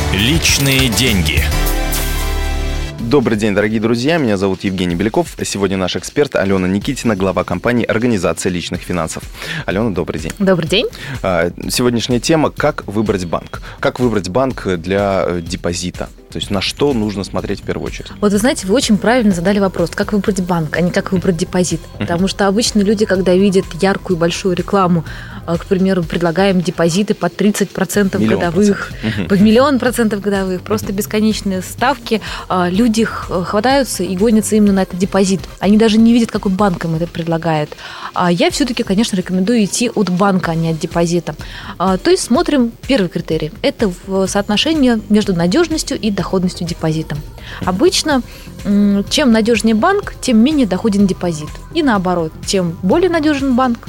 Личные деньги. Добрый день, дорогие друзья. Меня зовут Евгений Беляков. Сегодня наш эксперт Алена Никитина, глава компании «Организация личных финансов». Алена, добрый день. Добрый день. Сегодняшняя тема – как выбрать банк. Как выбрать банк для депозита? То есть на что нужно смотреть в первую очередь? Вот вы знаете, вы очень правильно задали вопрос, как выбрать банк, а не как выбрать депозит. Потому что обычно люди, когда видят яркую большую рекламу, к примеру, предлагаем депозиты под 30% годовых, под 1 000 000% годовых, просто бесконечные ставки, люди хватаются и гонятся именно на этот депозит. Они даже не видят, какой банк им это предлагает. А я все-таки, конечно, рекомендую идти от банка, а не от депозита. То есть смотрим первый критерий. Это соотношение между надежностью и доходностью депозита. Обычно, чем надежнее банк, тем менее доходен депозит. И наоборот, чем более надежен банк,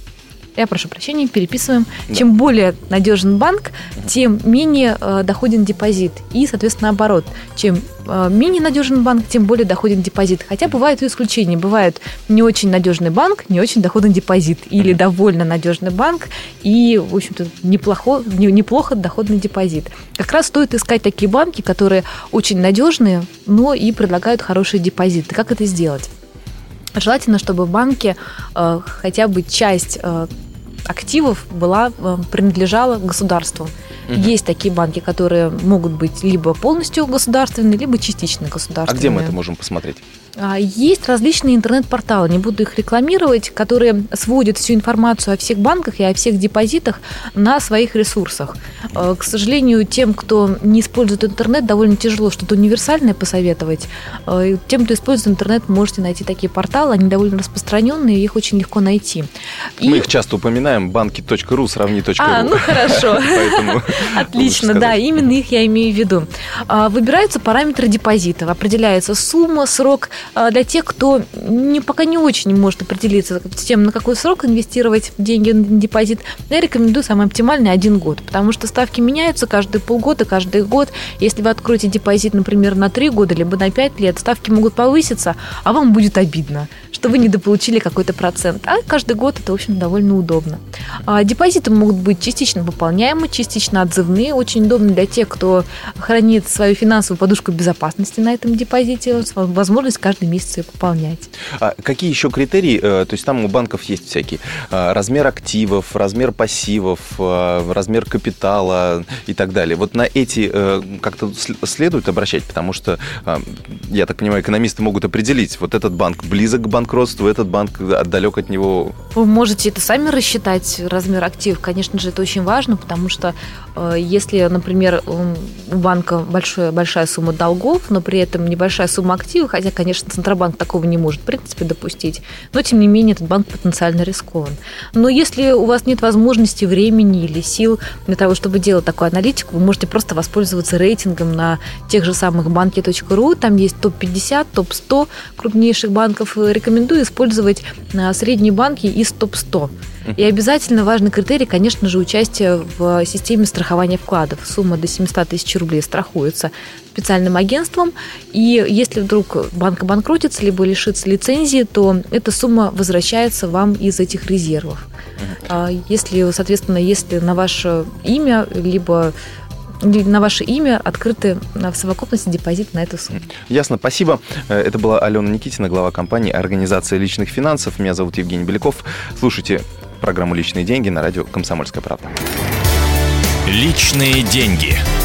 я прошу прощения, переписываем. Да. Чем более надежен банк, тем менее доходен депозит. И, соответственно, наоборот. Чем менее надежен банк, тем более доходен депозит. Хотя бывают и исключения. Бывает не очень надежный банк, не очень доходный депозит. Или довольно надежный банк и, в общем-то, неплохо доходный депозит. Как раз стоит искать такие банки, которые очень надежные, но и предлагают хорошие депозиты. Как это сделать? Желательно, чтобы в банке хотя бы часть активов принадлежала государству. Есть такие банки, которые могут быть либо полностью государственные, либо частично государственные. А где мы это можем посмотреть? Есть различные интернет-порталы, не буду их рекламировать, которые сводят всю информацию о всех банках и о всех депозитах на своих ресурсах. К сожалению, тем, кто не использует интернет, довольно тяжело что-то универсальное посоветовать. Тем, кто использует интернет, можете найти такие порталы, они довольно распространенные, их очень легко найти. Мы их часто упоминаем, банки.ру сравни .ру. Ну хорошо. Отлично, да, именно их я имею в виду. Выбираются параметры депозита, определяется сумма, срок. Для тех, кто пока не очень может определиться с тем, на какой срок инвестировать деньги на депозит, я рекомендую самый оптимальный 1 год, потому что ставки меняются каждые полгода, каждый год. Если вы откроете депозит, например, на 3 года, либо на 5 лет, ставки могут повыситься, а вам будет обидно, что вы недополучили какой-то процент. А каждый год это, в общем, довольно удобно. Депозиты могут быть частично пополняемы, частично отзывные. Очень удобно для тех, кто хранит свою финансовую подушку безопасности на этом депозите, возможность каждый месяц ее пополнять. Какие еще критерии? То есть там у банков есть всякие. Размер активов, размер пассивов, размер капитала и так далее. Вот на эти как-то следует обращать, потому что, я так понимаю, экономисты могут определить, вот этот банк близок к банкротству, этот банк далек от него. Вы можете это сами рассчитать, размер активов. Конечно же, это очень важно, потому что если, например, у банка большая сумма долгов, но при этом небольшая сумма активов, хотя, конечно, Центробанк такого не может, в принципе, допустить, но, тем не менее, этот банк потенциально рискован. Но если у вас нет возможности, времени или сил для того, чтобы делать такую аналитику, вы можете просто воспользоваться рейтингом на тех же самых банки.ру, там есть топ-50, топ-100 крупнейших банков. Рекомендую использовать средние банки из топ-100. И обязательно важный критерий, конечно же, участие в системе страхования вкладов. Сумма до 700 тысяч рублей страхуется специальным агентством. И если вдруг банк обанкротится, либо лишится лицензии, то эта сумма возвращается вам из этих резервов. Если, соответственно, если на ваше имя, либо на ваше имя открыты в совокупности депозит на эту сумму. Ясно, спасибо. Это была Алена Никитина, глава компании «Организация личных финансов». Меня зовут Евгений Беляков. Слушайте программу «Личные деньги» на радио «Комсомольская правда». Личные деньги.